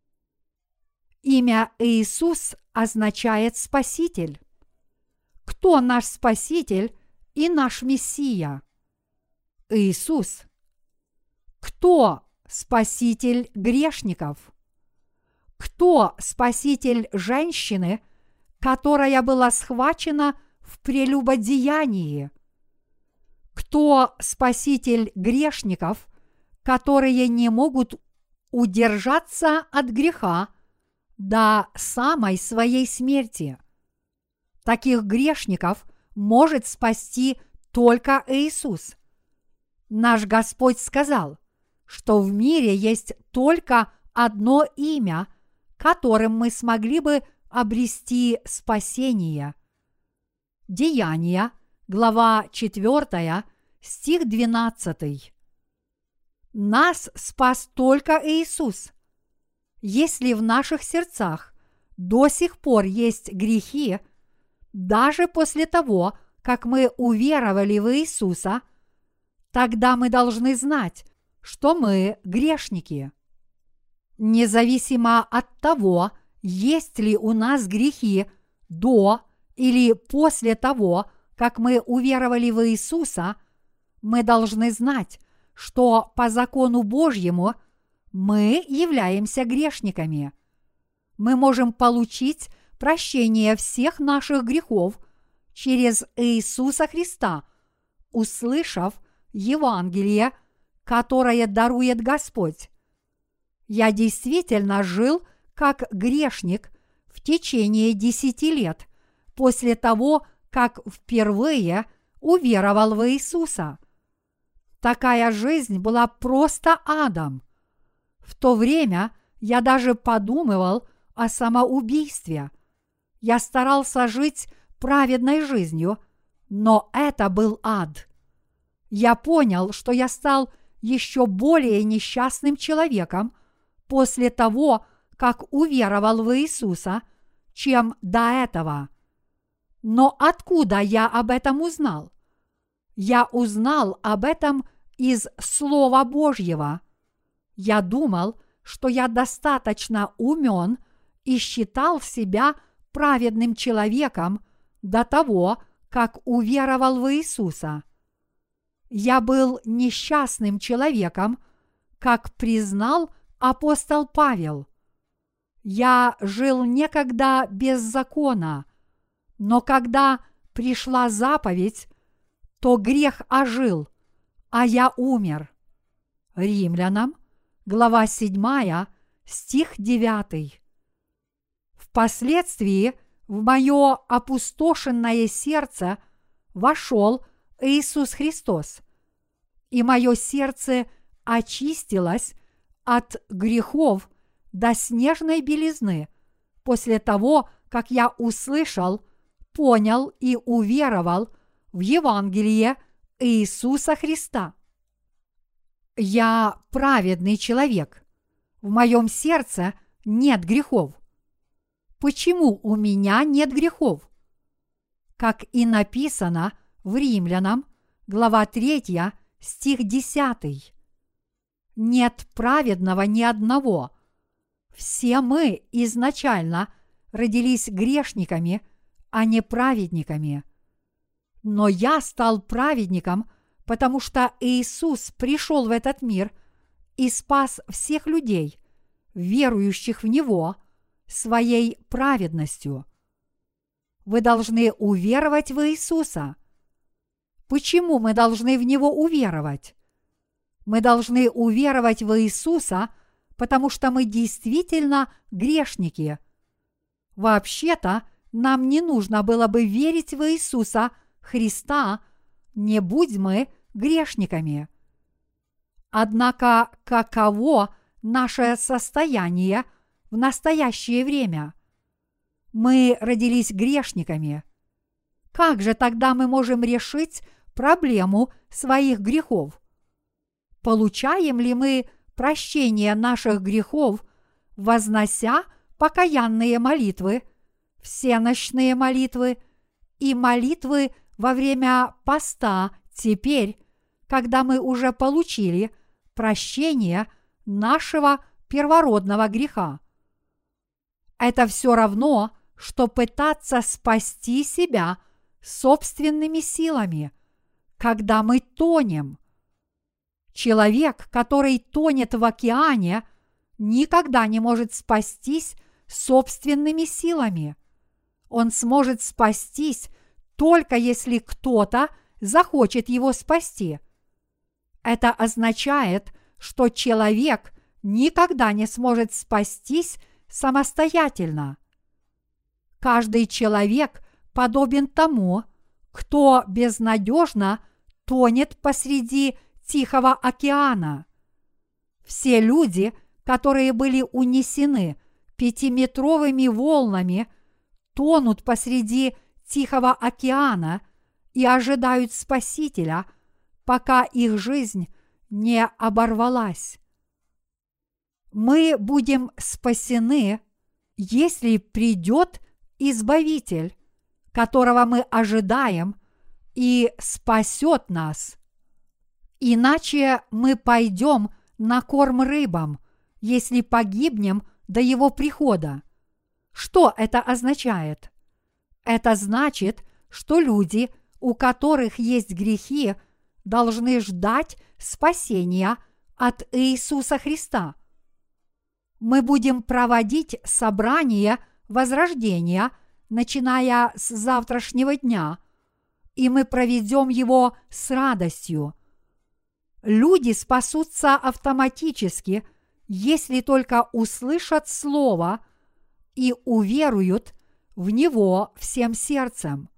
Имя Иисус означает Спаситель. Кто наш Спаситель и наш Мессия? Иисус. Кто Спаситель грешников? Кто Спаситель женщины, которая была схвачена в прелюбодеянии? Кто Спаситель грешников, которые не могут удержаться от греха до самой своей смерти? Таких грешников может спасти только Иисус. Наш Господь сказал, что в мире есть только одно имя, которым мы смогли бы обрести спасение. Деяния, глава четвертая, стих двенадцатый. Нас спас только Иисус. Если в наших сердцах до сих пор есть грехи, даже после того, как мы уверовали в Иисуса, тогда мы должны знать, что мы грешники. Независимо от того, есть ли у нас грехи до или после того, как мы уверовали в Иисуса, мы должны знать, что по закону Божьему мы являемся грешниками. Мы можем получить прощение всех наших грехов через Иисуса Христа, услышав Евангелие, которое дарует Господь. Я действительно жил как грешник в течение десяти лет после того, как впервые уверовал в Иисуса. Такая жизнь была просто адом. В то время я даже подумывал о самоубийстве. Я старался жить праведной жизнью, но это был ад. Я понял, что я стал еще более несчастным человеком после того, как уверовал в Иисуса, чем до этого. Но откуда я об этом узнал? Я узнал об этом из Слова Божьего. Я думал, что я достаточно умен и считал себя праведным человеком до того, как уверовал в Иисуса. Я был несчастным человеком, как признал апостол Павел. Я жил некогда без закона, но когда пришла заповедь, то грех ожил, а я умер. Римлянам, глава седьмая, стих девятый. Впоследствии в мое опустошенное сердце вошел Иисус Христос, и мое сердце очистилось от грехов до снежной белизны после того, как я услышал, понял и уверовал в Евангелие Иисуса Христа. Я праведный человек. В моем сердце нет грехов. Почему у меня нет грехов? Как и написано в Римлянам, глава третья, стих десятый. Нет праведного ни одного. Все мы изначально родились грешниками, а не праведниками. Но я стал праведником, потому что Иисус пришел в этот мир и спас всех людей, верующих в Него, своей праведностью. Вы должны уверовать в Иисуса. Почему мы должны в Него уверовать? Мы должны уверовать в Иисуса, потому что мы действительно грешники. Вообще-то, нам не нужно было бы верить в Иисуса Христа, не будь мы грешниками. Однако, каково наше состояние в настоящее время? Мы родились грешниками. Как же тогда мы можем решить проблему своих грехов? Получаем ли мы прощение наших грехов, вознося покаянные молитвы, всенощные молитвы и молитвы во время поста теперь, когда мы уже получили прощение нашего первородного греха? Это все равно, что пытаться спасти себя собственными силами, когда мы тонем. Человек, который тонет в океане, никогда не может спастись собственными силами. Он сможет спастись только если кто-то захочет его спасти. Это означает, что человек никогда не сможет спастись самостоятельно. Каждый человек подобен тому, кто безнадежно тонет посреди Тихого океана. Все люди, которые были унесены пятиметровыми волнами, тонут посреди Тихого океана и ожидают Спасителя, пока их жизнь не оборвалась. Мы будем спасены, если придет Избавитель, которого мы ожидаем, и спасет нас. Иначе мы пойдем на корм рыбам, если погибнем до его прихода. Что это означает? Это значит, что люди, у которых есть грехи, должны ждать спасения от Иисуса Христа. Мы будем проводить собрание возрождения, начиная с завтрашнего дня, и мы проведем его с радостью. Люди спасутся автоматически, если только услышат Слово и уверуют в него всем сердцем.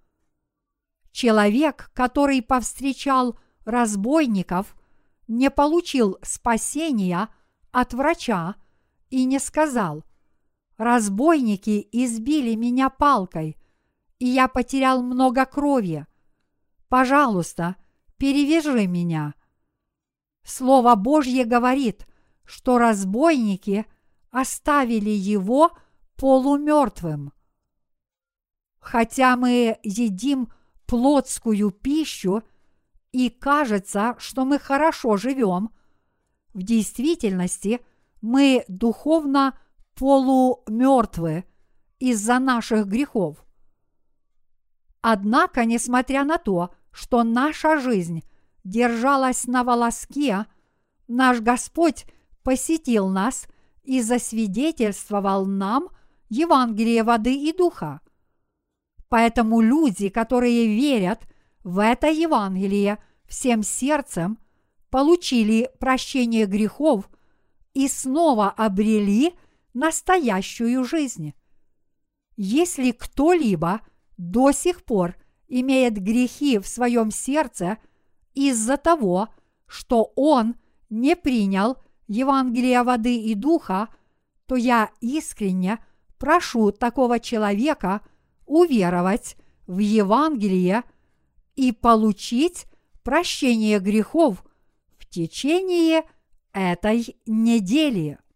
Человек, который повстречал разбойников, не получил спасения от врача и не сказал: «Разбойники избили меня палкой, и я потерял много крови. Пожалуйста, перевяжи меня». Слово Божье говорит, что разбойники оставили его полумертвым. Хотя мы едим плотскую пищу и кажется, что мы хорошо живем, в действительности мы духовно полумертвы из-за наших грехов. Однако, несмотря на то, что наша жизнь держалась на волоске, наш Господь посетил нас и засвидетельствовал нам Евангелие воды и духа. Поэтому люди, которые верят в это Евангелие всем сердцем, получили прощение грехов и снова обрели настоящую жизнь. Если кто-либо до сих пор имеет грехи в своем сердце из-за того, что он не принял Евангелие воды и духа, то я искренне прошу такого человека уверовать в Евангелие и получить прощение грехов в течение этой недели.